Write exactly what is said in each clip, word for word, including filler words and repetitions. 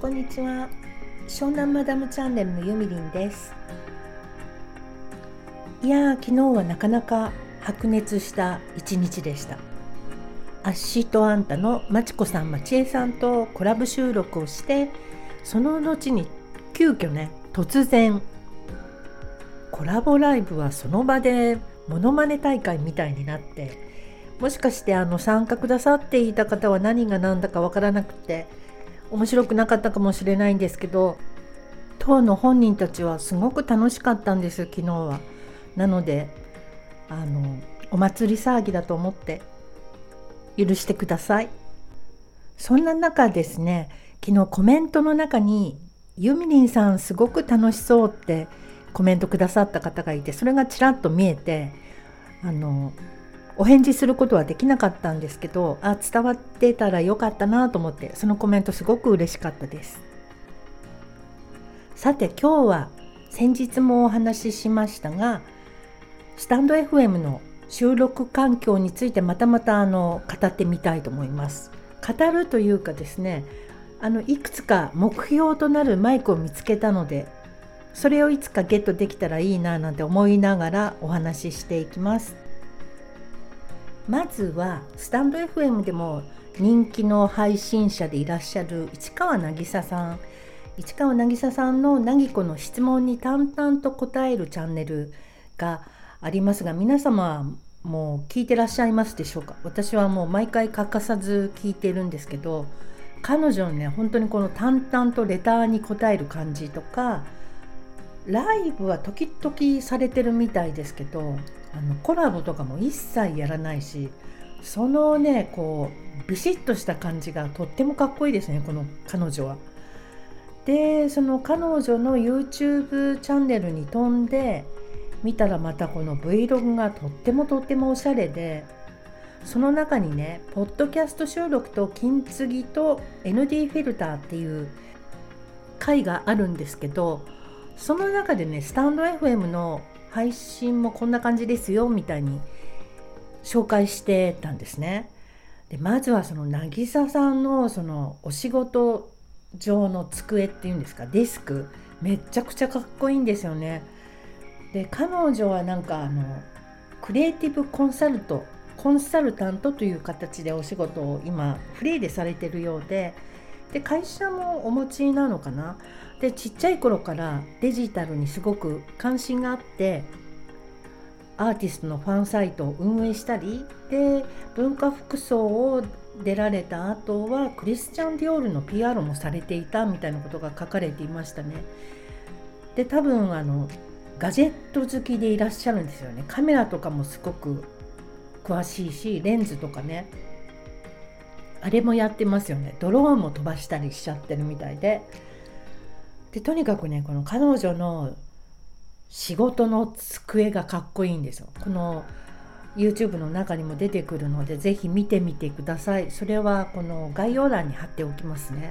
こんにちは。湘南マダムチャンネルのゆみりんです。いやー、昨日はなかなか白熱した一日でした。アッシーとあんたのまちこさん、まちえさんとコラボ収録をして、その後に急遽ね、突然コラボライブはその場でモノマネ大会みたいになって、もしかしてあの参加くださっていた方は何が何だかわからなくて面白くなかったかもしれないんですけど、当の本人たちはすごく楽しかったんです、昨日は。なのであのお祭り騒ぎだと思って許してください。そんな中ですね、昨日コメントの中にゆみりんさんすごく楽しそうってコメントくださった方がいて、それがちらっと見えて、あのお返事することはできなかったんですけど、あ、伝わってたらよかったなと思って、そのコメントすごく嬉しかったです。さて今日は先日もお話ししましたが、スタンド エフエム の収録環境についてまたまたあの語ってみたいと思います。語るというかですね、あのいくつか目標となるマイクを見つけたので、それをいつかゲットできたらいいななんて思いながらお話ししていきます。まずはスタンド エフエム でも人気の配信者でいらっしゃる市川渚さん市川渚さんのなぎこの質問に淡々と答えるチャンネルがありますが、皆様はもう聞いてらっしゃいますでしょうか。私はもう毎回欠かさず聞いてるんですけど、彼女のね、本当にこの淡々とレターに答える感じとか、ライブは時々されてるみたいですけど、あのコラボとかも一切やらないし、そのねこうビシッとした感じがとってもかっこいいですね、この彼女は。でその彼女の YouTube チャンネルに飛んで見たら、またこの Vlog がとってもとってもおしゃれで、その中にねポッドキャスト収録と金継ぎと エヌディー フィルターっていう回があるんですけど、その中でねスタンド エフエム の配信もこんな感じですよみたいに紹介してたんですね。でまずはその渚さんのそのお仕事上の机っていうんですか、デスクめっちゃくちゃかっこいいんですよね。で彼女はなんかあのクリエイティブコンサルトコンサルタントという形でお仕事を今フリーでされてるようで、で会社もお持ちなのかな。でちっちゃい頃からデジタルにすごく関心があって、アーティストのファンサイトを運営したりで、文化服装を出られた後はクリスチャン・ディオールの ピーアール もされていたみたいなことが書かれていましたね。で多分あのガジェット好きでいらっしゃるんですよね。カメラとかもすごく詳しいし、レンズとかね、あれもやってますよね。ドローンも飛ばしたりしちゃってるみたいで、でとにかくねこの彼女の仕事の机がかっこいいんですよ。この YouTube の中にも出てくるので、ぜひ見てみてください。それはこの概要欄に貼っておきますね。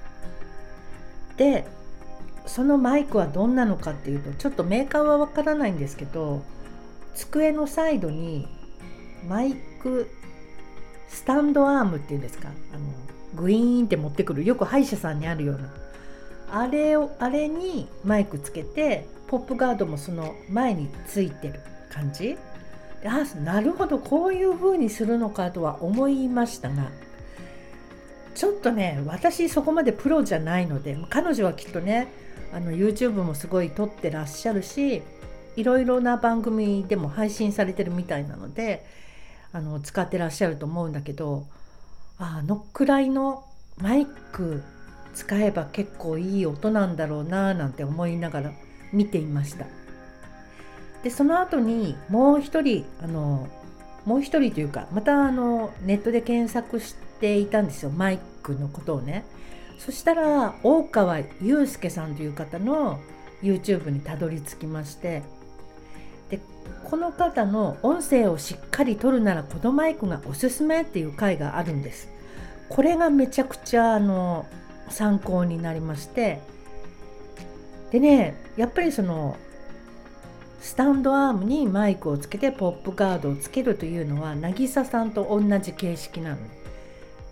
でそのマイクはどんなのかっていうと、ちょっとメーカーはわからないんですけど、机のサイドにマイクスタンドアームっていうんですか、あのグイーンって持ってくる、よく歯医者さんにあるようなあれをあれにマイクつけて、ポップガードもその前についてる感じで、あ、なるほどこういう風にするのかとは思いましたが、ちょっとね私そこまでプロじゃないので、彼女はきっとねあの YouTube もすごい撮ってらっしゃるし、いろいろな番組でも配信されてるみたいなので、あの使ってらっしゃると思うんだけど、あのくらいのマイク使えば結構いい音なんだろうななんて思いながら見ていました。でその後にもう一人あのもう一人というか、またあのネットで検索していたんですよ、マイクのことをね。そしたら大川祐介さんという方の YouTube にたどり着きまして、でこの方の音声をしっかり撮るならこのマイクがおすすめっていう回があるんです。これがめちゃくちゃあの参考になりまして、でねやっぱりそのスタンドアームにマイクをつけてポップガードをつけるというのは渚さんと同じ形式なの。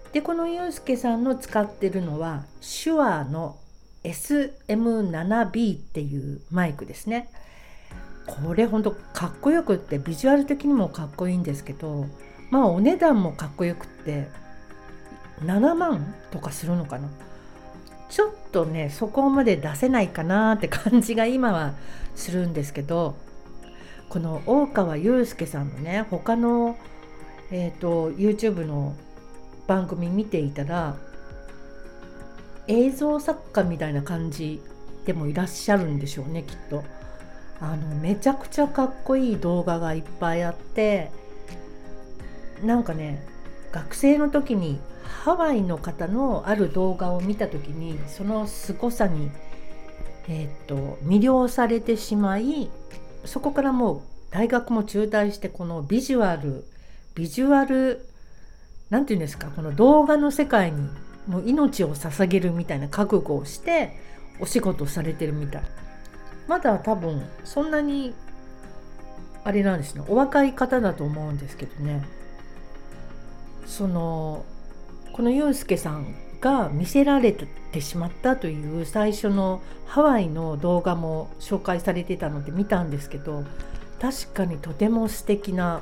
でこのゆうすけさんの使ってるのは手話の エスエムセブンビー っていうマイクですね。これほんとかっこよくってビジュアル的にもかっこいいんですけど、まあお値段もかっこよくってななまんとかするのかな。ちょっとねそこまで出せないかなって感じが今はするんですけど、この大川祐介さんのね他の、えーと、YouTube の番組見ていたら映像作家みたいな感じでもいらっしゃるんでしょうね、きっと。あのめちゃくちゃかっこいい動画がいっぱいあって、なんかね学生の時にハワイの方のある動画を見た時にその凄さに、えー、っと魅了されてしまい、そこからもう大学も中退してこのビジュアルビジュアルなんていうんですか、この動画の世界にもう命を捧げるみたいな覚悟をしてお仕事されてるみたい。まだ多分そんなにあれなんですね、お若い方だと思うんですけどね。そのこのゆうすけさんが見せられてしまったという最初のハワイの動画も紹介されてたので見たんですけど、確かにとても素敵な、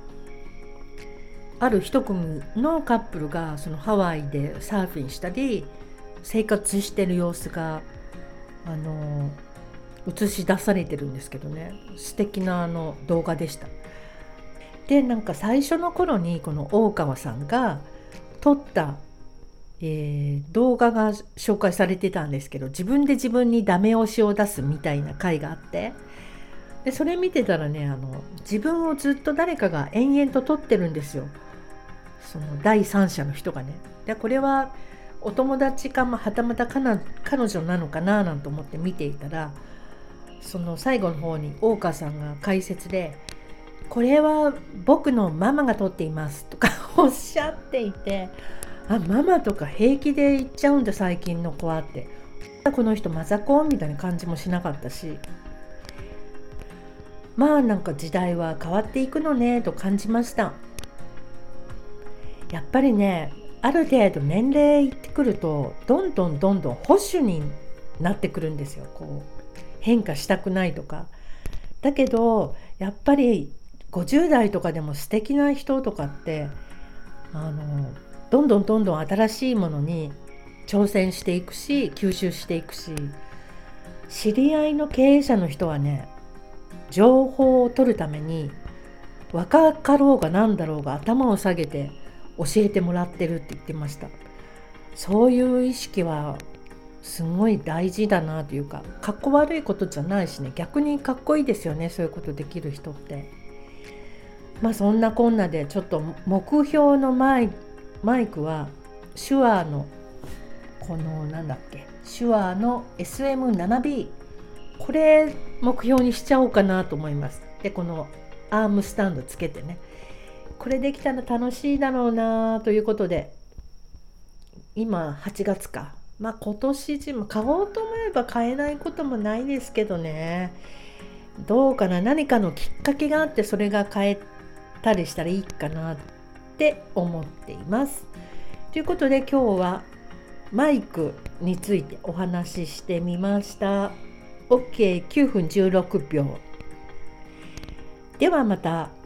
ある一組のカップルがそのハワイでサーフィンしたり生活してる様子があの映し出されてるんですけどね、素敵なあの動画でした。でなんか最初の頃にこの大川さんが撮った、えー、動画が紹介されてたんですけど、自分で自分にダメ押しを出すみたいな回があって、でそれ見てたらね、あの自分をずっと誰かが延々と撮ってるんですよ、その第三者の人がね。でこれはお友達か、まあ、はたまた彼女なのかななんて思って見ていたら、その最後の方に大川さんが解説でこれは僕のママが撮っていますとかおっしゃっていて、あ、ママとか平気で言っちゃうんだ最近の子はって、この人マザコンみたいな感じもしなかったし、まあなんか時代は変わっていくのねと感じました。やっぱりね、ある程度年齢いってくるとどんどんどんどん保守になってくるんですよ。こう変化したくないとか。だけどやっぱりごじゅう代とかでも素敵な人とかってあのどんどんどんどん新しいものに挑戦していくし吸収していくし、知り合いの経営者の人はね、情報を取るために若かろうがなんだろうが頭を下げて教えてもらってるって言ってました。そういう意識はすごい大事だなというか、かっこ悪いことじゃないしね、逆にかっこいいですよね、そういうことできる人って。まあそんなこんなでちょっと目標のマイ、マイクは手話のこのなんだっけ手話の エスエムセブンビー、 これ目標にしちゃおうかなと思います。でこのアームスタンドつけてね、これできたら楽しいだろうなということで、今はちがつか、まあ今年中も買おうと思えば買えないこともないですけどね、どうかな、何かのきっかけがあってそれが買えたりしたらいいかなって思っています。ということで今日はマイクについてお話ししてみました。 オーケーきゅうふんじゅうろくびょう。ではまた。